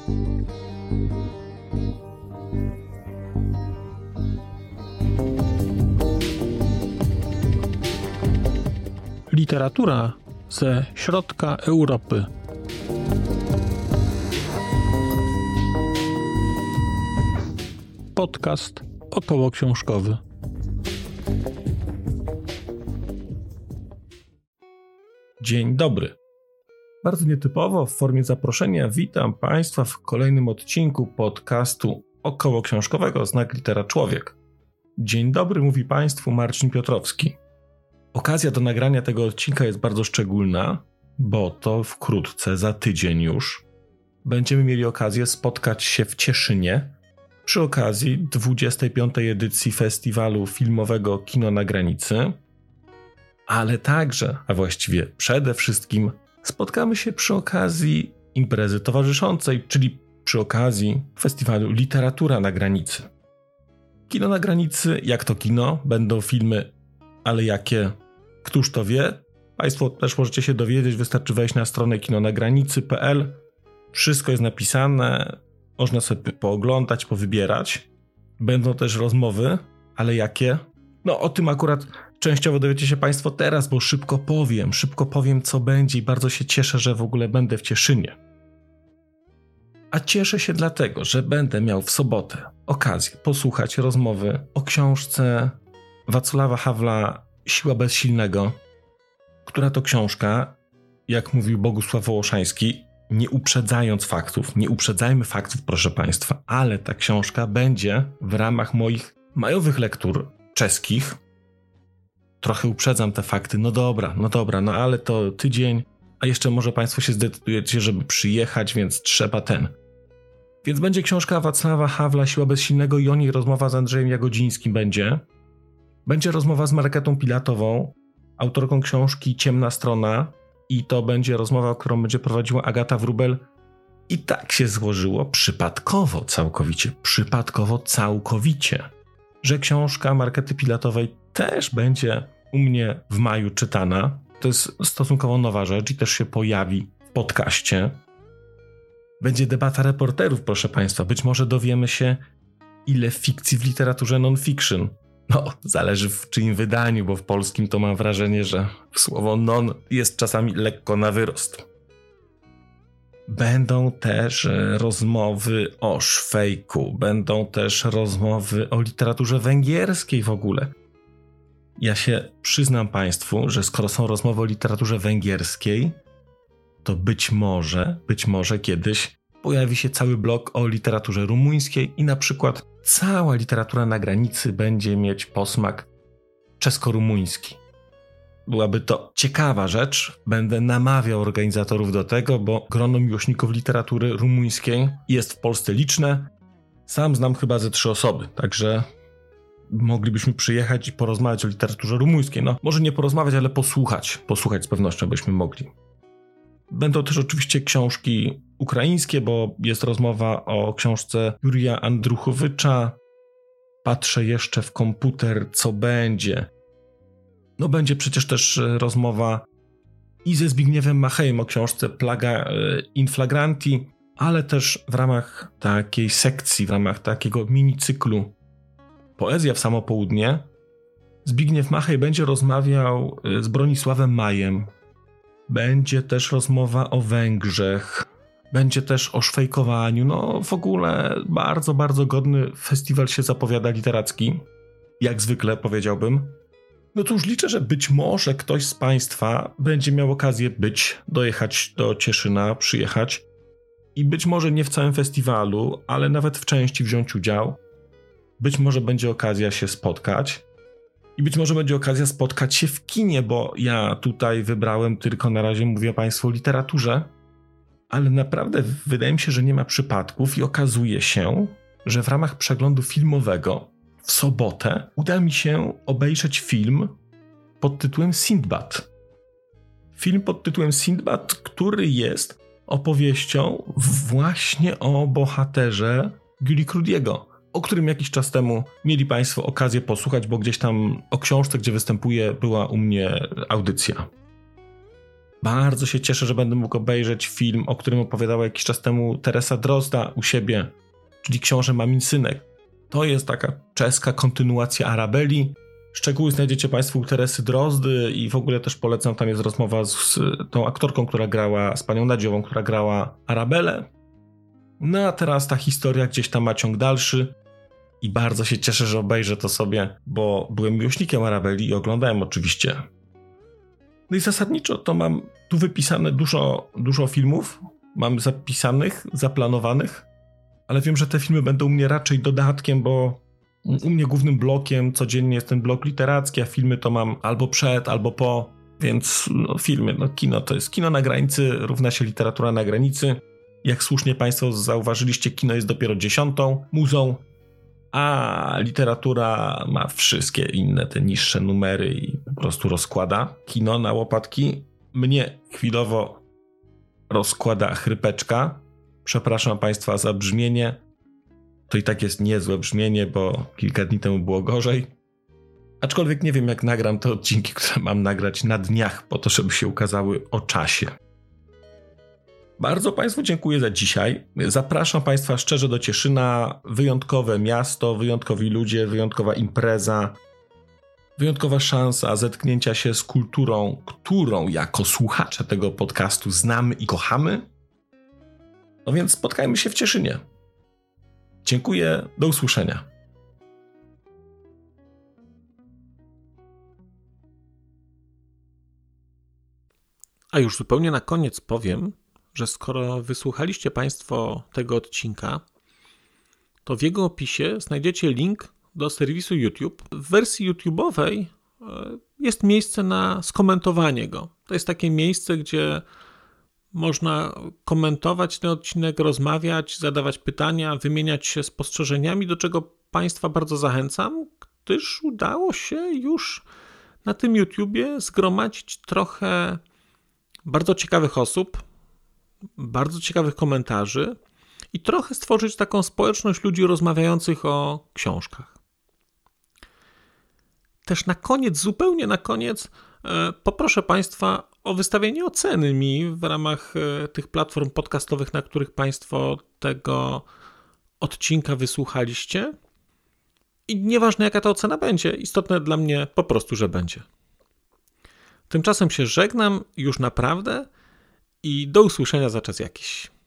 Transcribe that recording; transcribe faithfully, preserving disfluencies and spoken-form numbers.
Literatura ze środka Europy. Podcast okołoksiążkowy. Dzień dobry. Bardzo nietypowo w formie zaproszenia witam Państwa w kolejnym odcinku podcastu okołoksiążkowego Znak Litera Człowiek. Dzień dobry, mówi Państwu Marcin Piotrowski. Okazja do nagrania tego odcinka jest bardzo szczególna, bo to wkrótce, za tydzień już, będziemy mieli okazję spotkać się w Cieszynie przy okazji dwudziestej piątej edycji festiwalu filmowego Kino na Granicy, ale także, a właściwie przede wszystkim, spotkamy się przy okazji imprezy towarzyszącej, czyli przy okazji festiwalu Literatura na Granicy. Kino na Granicy, jak to kino, będą filmy, ale jakie? Któż to wie? Państwo też możecie się dowiedzieć, wystarczy wejść na stronę kinonagranicy kropka pe el. Wszystko jest napisane, można sobie pooglądać, powybierać. Będą też rozmowy, ale jakie? No o tym akurat częściowo dowiecie się Państwo teraz, bo szybko powiem, szybko powiem co będzie i bardzo się cieszę, że w ogóle będę w Cieszynie. A cieszę się dlatego, że będę miał w sobotę okazję posłuchać rozmowy o książce Wacława Hawla Siła bezsilnego, która to książka, jak mówił Bogusław Wołoszański, nie uprzedzając faktów, nie uprzedzajmy faktów, proszę Państwa, ale ta książka będzie w ramach moich majowych lektur czeskich. Trochę uprzedzam te fakty, no dobra, no dobra, no ale to tydzień, a jeszcze może Państwo się zdecydujecie, żeby przyjechać, więc trzeba ten. Więc będzie książka Wacława Hawla Siła bezsilnego i o niej rozmowa z Andrzejem Jagodzińskim będzie. Będzie rozmowa z Marketą Pilatową, autorką książki Ciemna Strona, i to będzie rozmowa, którą będzie prowadziła Agata Wróbel. I tak się złożyło przypadkowo całkowicie, przypadkowo całkowicie, że książka Markety Pilatowej też będzie u mnie w maju czytana. To jest stosunkowo nowa rzecz i też się pojawi w podcaście. Będzie debata reporterów, proszę Państwa. Być może dowiemy się, ile fikcji w literaturze non-fiction. No, zależy w czyim wydaniu, bo w polskim to mam wrażenie, że słowo non jest czasami lekko na wyrost. Będą też rozmowy o szwejku, będą też rozmowy o literaturze węgierskiej w ogóle. Ja się przyznam Państwu, że skoro są rozmowy o literaturze węgierskiej, to być może, być może kiedyś pojawi się cały blok o literaturze rumuńskiej i na przykład cała literatura na granicy będzie mieć posmak czesko-rumuński. Byłaby to ciekawa rzecz. Będę namawiał organizatorów do tego, bo grono miłośników literatury rumuńskiej jest w Polsce liczne. Sam znam chyba ze trzy osoby, także moglibyśmy przyjechać i porozmawiać o literaturze rumuńskiej. No, może nie porozmawiać, ale posłuchać. Posłuchać z pewnością byśmy mogli. Będą też oczywiście książki ukraińskie, bo jest rozmowa o książce Jurija Andruchowicza. Patrzę jeszcze w komputer, co będzie. No będzie przecież też rozmowa i ze Zbigniewem Machejem o książce Plaga in flagranti, ale też w ramach takiej sekcji, w ramach takiego minicyklu Poezja w samo południe Zbigniew Machej będzie rozmawiał z Bronisławem Majem. Będzie też rozmowa o Węgrzech, będzie też o szwejkowaniu. No w ogóle bardzo, bardzo godny festiwal się zapowiada literacki. Jak zwykle powiedziałbym. No to już liczę, że być może ktoś z Państwa będzie miał okazję być, dojechać do Cieszyna, przyjechać i być może nie w całym festiwalu, ale nawet w części wziąć udział. Być może będzie okazja się spotkać. I być może będzie okazja spotkać się w kinie, bo ja tutaj wybrałem tylko na razie, mówię Państwu o literaturze, ale naprawdę wydaje mi się, że nie ma przypadków i okazuje się, że w ramach przeglądu filmowego w sobotę uda mi się obejrzeć film pod tytułem Sindbad. Film pod tytułem Sindbad, który jest opowieścią właśnie o bohaterze Guli Crudiego, o którym jakiś czas temu mieli Państwo okazję posłuchać, bo gdzieś tam o książce, gdzie występuje, była u mnie audycja. Bardzo się cieszę, że będę mógł obejrzeć film, o którym opowiadała jakiś czas temu Teresa Drozda u siebie, czyli Książę Mamin Synek. To jest taka czeska kontynuacja Arabeli. Szczegóły znajdziecie Państwo u Teresy Drozdy i w ogóle też polecam, tam jest rozmowa z, z tą aktorką, która grała, z panią Nadziową, która grała Arabelę. No a teraz ta historia gdzieś tam ma ciąg dalszy i bardzo się cieszę, że obejrzę to sobie, bo byłem miłośnikiem Arabeli i oglądałem oczywiście. No i zasadniczo to mam tu wypisane dużo, dużo filmów, mam zapisanych, zaplanowanych, ale wiem, że te filmy będą u mnie raczej dodatkiem, bo u mnie głównym blokiem codziennie jest ten blok literacki, a filmy to mam albo przed, albo po, więc no, filmy, no kino to jest kino na granicy, równa się literatura na granicy. Jak słusznie Państwo zauważyliście, kino jest dopiero dziesiątą muzą, a literatura ma wszystkie inne te niższe numery i po prostu rozkłada. Kino na łopatki mnie chwilowo rozkłada chrypeczka. Przepraszam Państwa za brzmienie. To i tak jest niezłe brzmienie, bo kilka dni temu było gorzej. Aczkolwiek nie wiem, jak nagram te odcinki, które mam nagrać na dniach, po to, żeby się ukazały o czasie. Bardzo Państwu dziękuję za dzisiaj. Zapraszam Państwa szczerze do Cieszyna. Wyjątkowe miasto, wyjątkowi ludzie, wyjątkowa impreza, wyjątkowa szansa zetknięcia się z kulturą, którą jako słuchacze tego podcastu znamy i kochamy. No więc spotkajmy się w Cieszynie. Dziękuję, do usłyszenia. A już zupełnie na koniec powiem, że skoro wysłuchaliście Państwo tego odcinka, to w jego opisie znajdziecie link do serwisu YouTube. W wersji YouTube'owej jest miejsce na skomentowanie go. To jest takie miejsce, gdzie można komentować ten odcinek, rozmawiać, zadawać pytania, wymieniać się spostrzeżeniami, do czego Państwa bardzo zachęcam, gdyż udało się już na tym YouTubie zgromadzić trochę bardzo ciekawych osób, bardzo ciekawych komentarzy i trochę stworzyć taką społeczność ludzi rozmawiających o książkach. Też na koniec, zupełnie na koniec, poproszę Państwa o wystawienie oceny mi w ramach tych platform podcastowych, na których Państwo tego odcinka wysłuchaliście. I nieważne, jaka ta ocena będzie, istotne dla mnie po prostu, że będzie. Tymczasem się żegnam już naprawdę i do usłyszenia za czas jakiś.